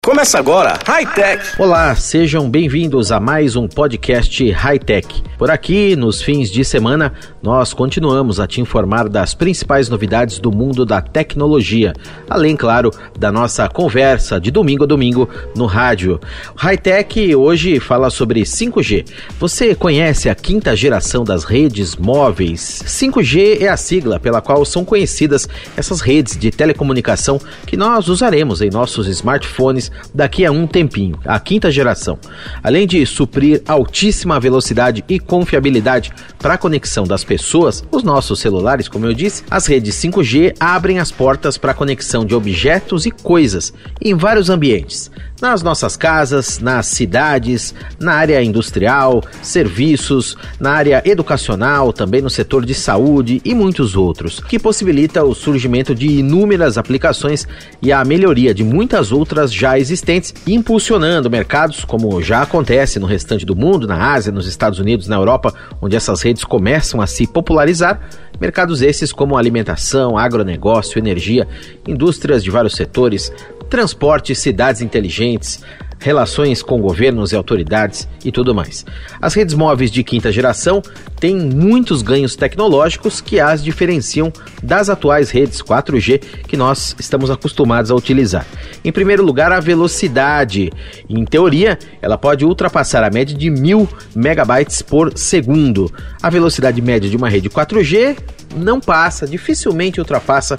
Começa agora, Hightech. Olá, sejam bem-vindos a mais um podcast Hightech. Por aqui, nos fins de semana, nós continuamos a te informar das principais novidades do mundo da tecnologia, além, claro, da nossa conversa de domingo a domingo no rádio. Hightech hoje fala sobre 5G. Você conhece a quinta geração das redes móveis? 5G é a sigla pela qual são conhecidas essas redes de telecomunicação que nós usaremos em nossos smartphones daqui a um tempinho, a quinta geração. Além de suprir altíssima velocidade e confiabilidade para a conexão das pessoas, os nossos celulares, como eu disse, as redes 5G abrem as portas para a conexão de objetos e coisas em vários ambientes. Nas nossas casas, nas cidades, na área industrial, serviços, na área educacional, também no setor de saúde e muitos outros, que possibilita o surgimento de inúmeras aplicações e a melhoria de muitas outras já existentes, impulsionando mercados como já acontece no restante do mundo, na Ásia, nos Estados Unidos, na Europa, onde essas redes começam a se popularizar. Mercados esses como alimentação, agronegócio, energia, indústrias de vários setores, transporte, cidades inteligentes, relações com governos e autoridades e tudo mais. As redes móveis de quinta geração têm muitos ganhos tecnológicos que as diferenciam das atuais redes 4G que nós estamos acostumados a utilizar. Em primeiro lugar, a velocidade. Em teoria, ela pode ultrapassar a média de 1000 megabytes por segundo. A velocidade média de uma rede 4G dificilmente ultrapassa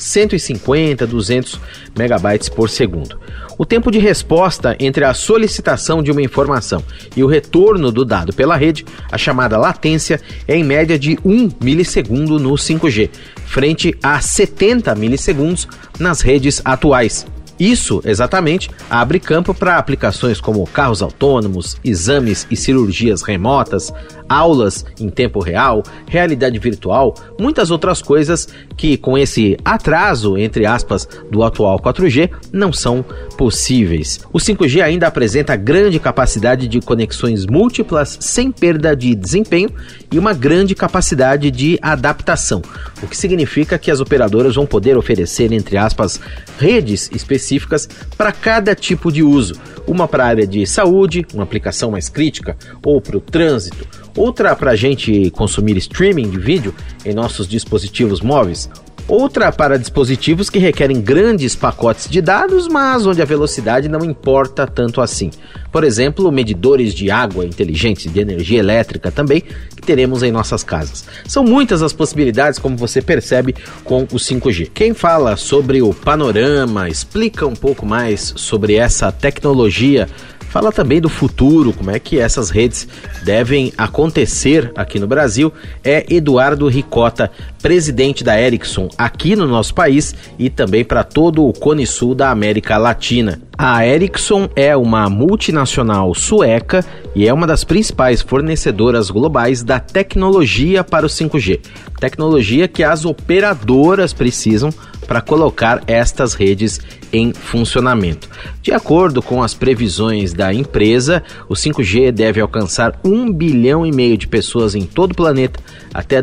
150, 200 megabytes por segundo. O tempo de resposta entre a solicitação de uma informação e o retorno do dado pela rede, a chamada latência, é em média de 1 milissegundo no 5G, frente a 70 milissegundos nas redes atuais. Isso, exatamente, abre campo para aplicações como carros autônomos, exames e cirurgias remotas, aulas em tempo real, realidade virtual, muitas outras coisas que, com esse atraso, entre aspas, do atual 4G, não são possíveis. O 5G ainda apresenta grande capacidade de conexões múltiplas sem perda de desempenho e uma grande capacidade de adaptação, o que significa que as operadoras vão poder oferecer, entre aspas, redes específicas para cada tipo de uso. Uma para a área de saúde, uma aplicação mais crítica, ou para o trânsito. Outra para a gente consumir streaming de vídeo em nossos dispositivos móveis. Outra para dispositivos que requerem grandes pacotes de dados, mas onde a velocidade não importa tanto assim. Por exemplo, medidores de água inteligentes, de energia elétrica também, que teremos em nossas casas. São muitas as possibilidades, como você percebe, com o 5G. Quem fala sobre o panorama, explica um pouco mais sobre essa tecnologia, fala também do futuro, como é que essas redes devem acontecer aqui no Brasil, é Eduardo Ricota, presidente da Ericsson aqui no nosso país e também para todo o Cone Sul da América Latina. A Ericsson é uma multinacional sueca e é uma das principais fornecedoras globais da tecnologia para o 5G. Tecnologia que as operadoras precisam para colocar estas redes em funcionamento. De acordo com as previsões da empresa, o 5G deve alcançar 1,5 bilhão de pessoas em todo o planeta até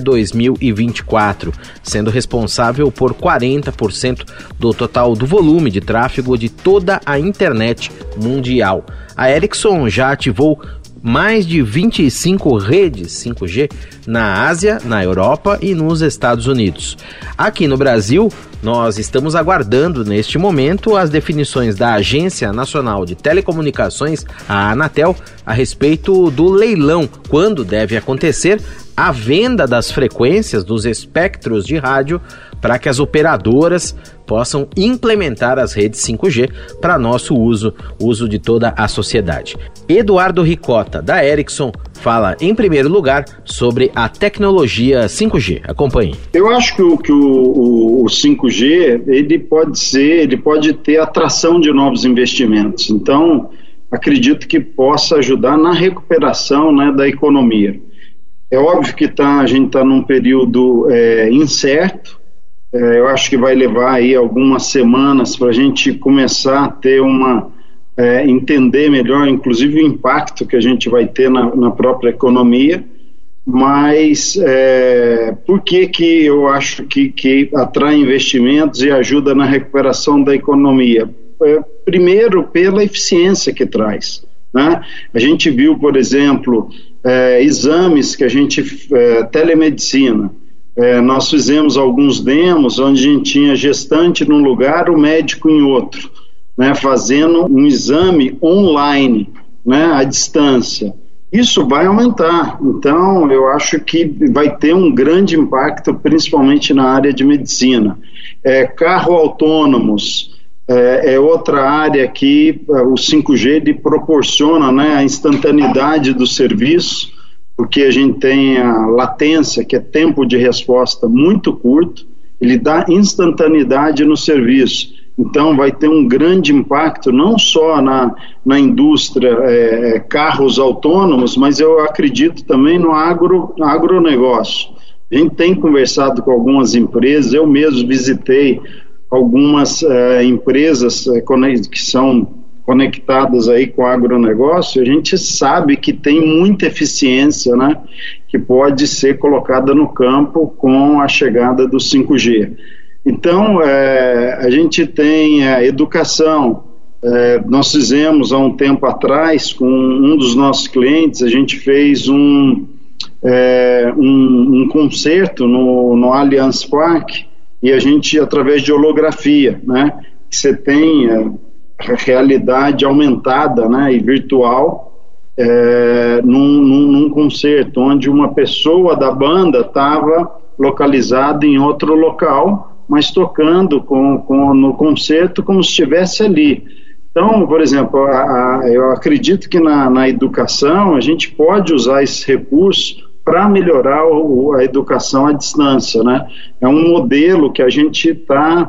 2024, sendo responsável por 40% do total do volume de tráfego de toda a internet mundial. A Ericsson já ativou mais de 25 redes 5G na Ásia, na Europa e nos Estados Unidos. Aqui no Brasil, nós estamos aguardando neste momento as definições da Agência Nacional de Telecomunicações, a Anatel, a respeito do leilão, quando deve acontecer a venda das frequências dos espectros de rádio para que as operadoras possam implementar as redes 5G para nosso uso de toda a sociedade. Eduardo Ricota, da Ericsson, fala em primeiro lugar sobre a tecnologia 5G. Acompanhe. Eu acho que o 5G ele pode ter atração de novos investimentos. Então, acredito que possa ajudar na recuperação, né, da economia. É óbvio que a gente está num período incerto. Eu acho que vai levar aí algumas semanas para a gente começar a ter entender melhor, inclusive, o impacto que a gente vai ter na própria economia. Mas por que eu acho que atrai investimentos e ajuda na recuperação da economia? primeiro pela eficiência que traz, né? A gente viu, por exemplo, exames que a gente, telemedicina, nós fizemos alguns demos onde a gente tinha gestante num lugar, o médico em outro, né, fazendo um exame online, né, à distância. Isso vai aumentar, então eu acho que vai ter um grande impacto, principalmente na área de medicina. Carro autônomos é outra área que o 5G ele proporciona, né, a instantaneidade do serviço, porque a gente tem a latência, que é tempo de resposta muito curto, ele dá instantaneidade no serviço. Então vai ter um grande impacto não só na indústria, carros autônomos, mas eu acredito também no agronegócio. A gente tem conversado com algumas empresas, eu mesmo visitei algumas empresas que são conectadas aí com o agronegócio. A gente sabe que tem muita eficiência, né, que pode ser colocada no campo com a chegada do 5G. Então, a gente tem a educação. Nós fizemos há um tempo atrás, com um dos nossos clientes, a gente fez um concerto no Allianz Parque, e a gente, através de holografia, né, que você tem realidade aumentada, né, e virtual, num concerto, onde uma pessoa da banda estava localizada em outro local, mas tocando no concerto como se estivesse ali. Então, por exemplo, eu acredito que na educação a gente pode usar esse recurso para melhorar a educação à distância, né? É um modelo que a gente está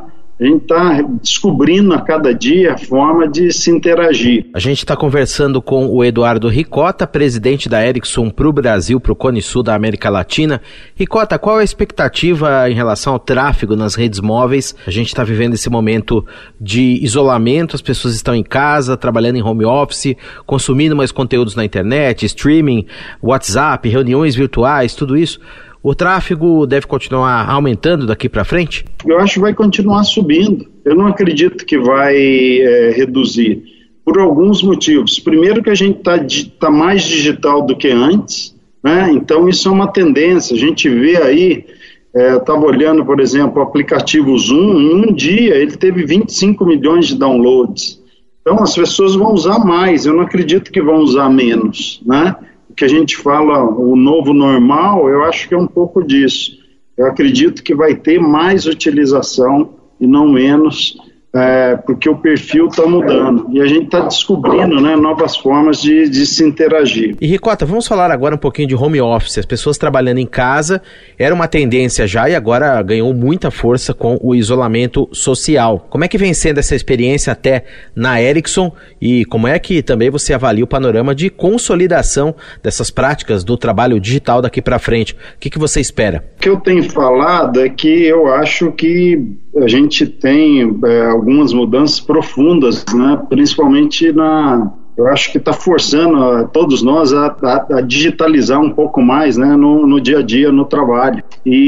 descobrindo a cada dia a forma de se interagir. A gente está conversando com o Eduardo Ricota, presidente da Ericsson para o Brasil, para o Cone Sul da América Latina. Ricota, qual é a expectativa em relação ao tráfego nas redes móveis? A gente está vivendo esse momento de isolamento, as pessoas estão em casa, trabalhando em home office, consumindo mais conteúdos na internet, streaming, WhatsApp, reuniões virtuais, tudo isso. O tráfego deve continuar aumentando daqui para frente? Eu acho que vai continuar subindo. Eu não acredito que vai reduzir, por alguns motivos. Primeiro que a gente tá mais digital do que antes, né? Então isso é uma tendência. A gente vê aí, eu estava olhando, por exemplo, o aplicativo Zoom, em um dia ele teve 25 milhões de downloads. Então as pessoas vão usar mais, eu não acredito que vão usar menos, né? Que a gente fala o novo normal, eu acho que é um pouco disso. Eu acredito que vai ter mais utilização e não menos, porque o perfil está mudando e a gente está descobrindo, né, novas formas de se interagir. E Ricota, vamos falar agora um pouquinho de home office. As pessoas trabalhando em casa era uma tendência já e agora ganhou muita força com o isolamento social. Como é que vem sendo essa experiência até na Ericsson e como é que também você avalia o panorama de consolidação dessas práticas do trabalho digital daqui para frente? O que você espera? O que eu tenho falado é que eu acho que a gente tem algumas mudanças profundas, né? Principalmente eu acho que está forçando todos nós a digitalizar um pouco mais, né? No dia a dia, no trabalho.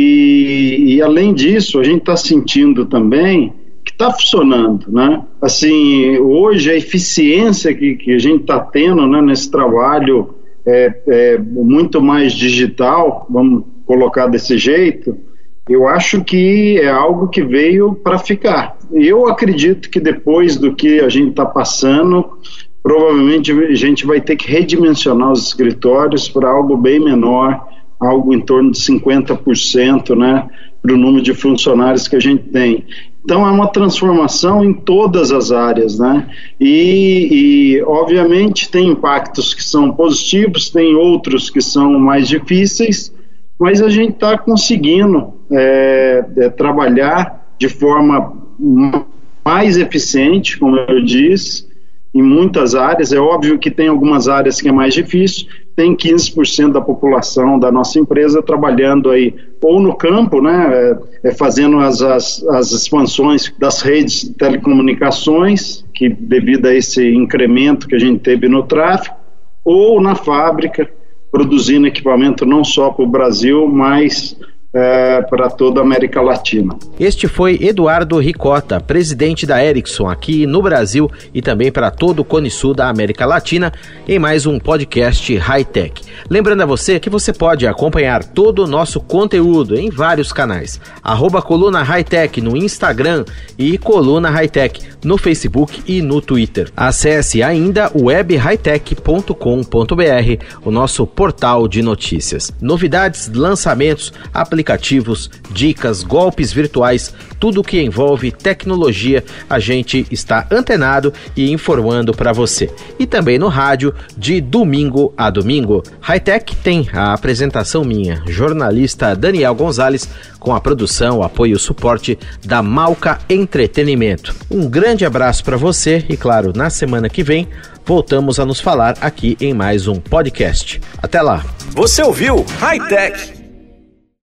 E além disso, a gente está sentindo também que está funcionando, né? Assim, hoje a eficiência que a gente está tendo, né, nesse trabalho é muito mais digital, vamos colocar desse jeito. Eu acho que é algo que veio para ficar. Eu acredito que depois do que a gente está passando, provavelmente a gente vai ter que redimensionar os escritórios para algo bem menor, algo em torno de 50%, né, para o número de funcionários que a gente tem. Então é uma transformação em todas as áreas, né? E obviamente tem impactos que são positivos, tem outros que são mais difíceis, mas a gente está conseguindo trabalhar de forma mais eficiente, como eu disse, em muitas áreas. É óbvio que tem algumas áreas que é mais difícil, tem 15% da população da nossa empresa trabalhando aí, ou no campo, né, fazendo as expansões das redes de telecomunicações, que devido a esse incremento que a gente teve no tráfego, ou na fábrica, produzindo equipamento não só para o Brasil, mas para toda a América Latina. Este foi Eduardo Ricota, presidente da Ericsson aqui no Brasil e também para todo o Cone Sul da América Latina, em mais um podcast Hightech. Lembrando a você que você pode acompanhar todo o nosso conteúdo em vários canais. @Coluna Hightech no Instagram e Coluna Hightech no Facebook e no Twitter. Acesse ainda webhightech.com.br, o nosso portal de notícias. Novidades, lançamentos, aplicativos, dicas, golpes virtuais, tudo que envolve tecnologia, a gente está antenado e informando para você. E também no rádio, de domingo a domingo. Hightech tem a apresentação minha, jornalista Daniel Gonzalez, com a produção, apoio e suporte da Malca Entretenimento. Um grande abraço para você e, claro, na semana que vem, voltamos a nos falar aqui em mais um podcast. Até lá! Você ouviu Hightech,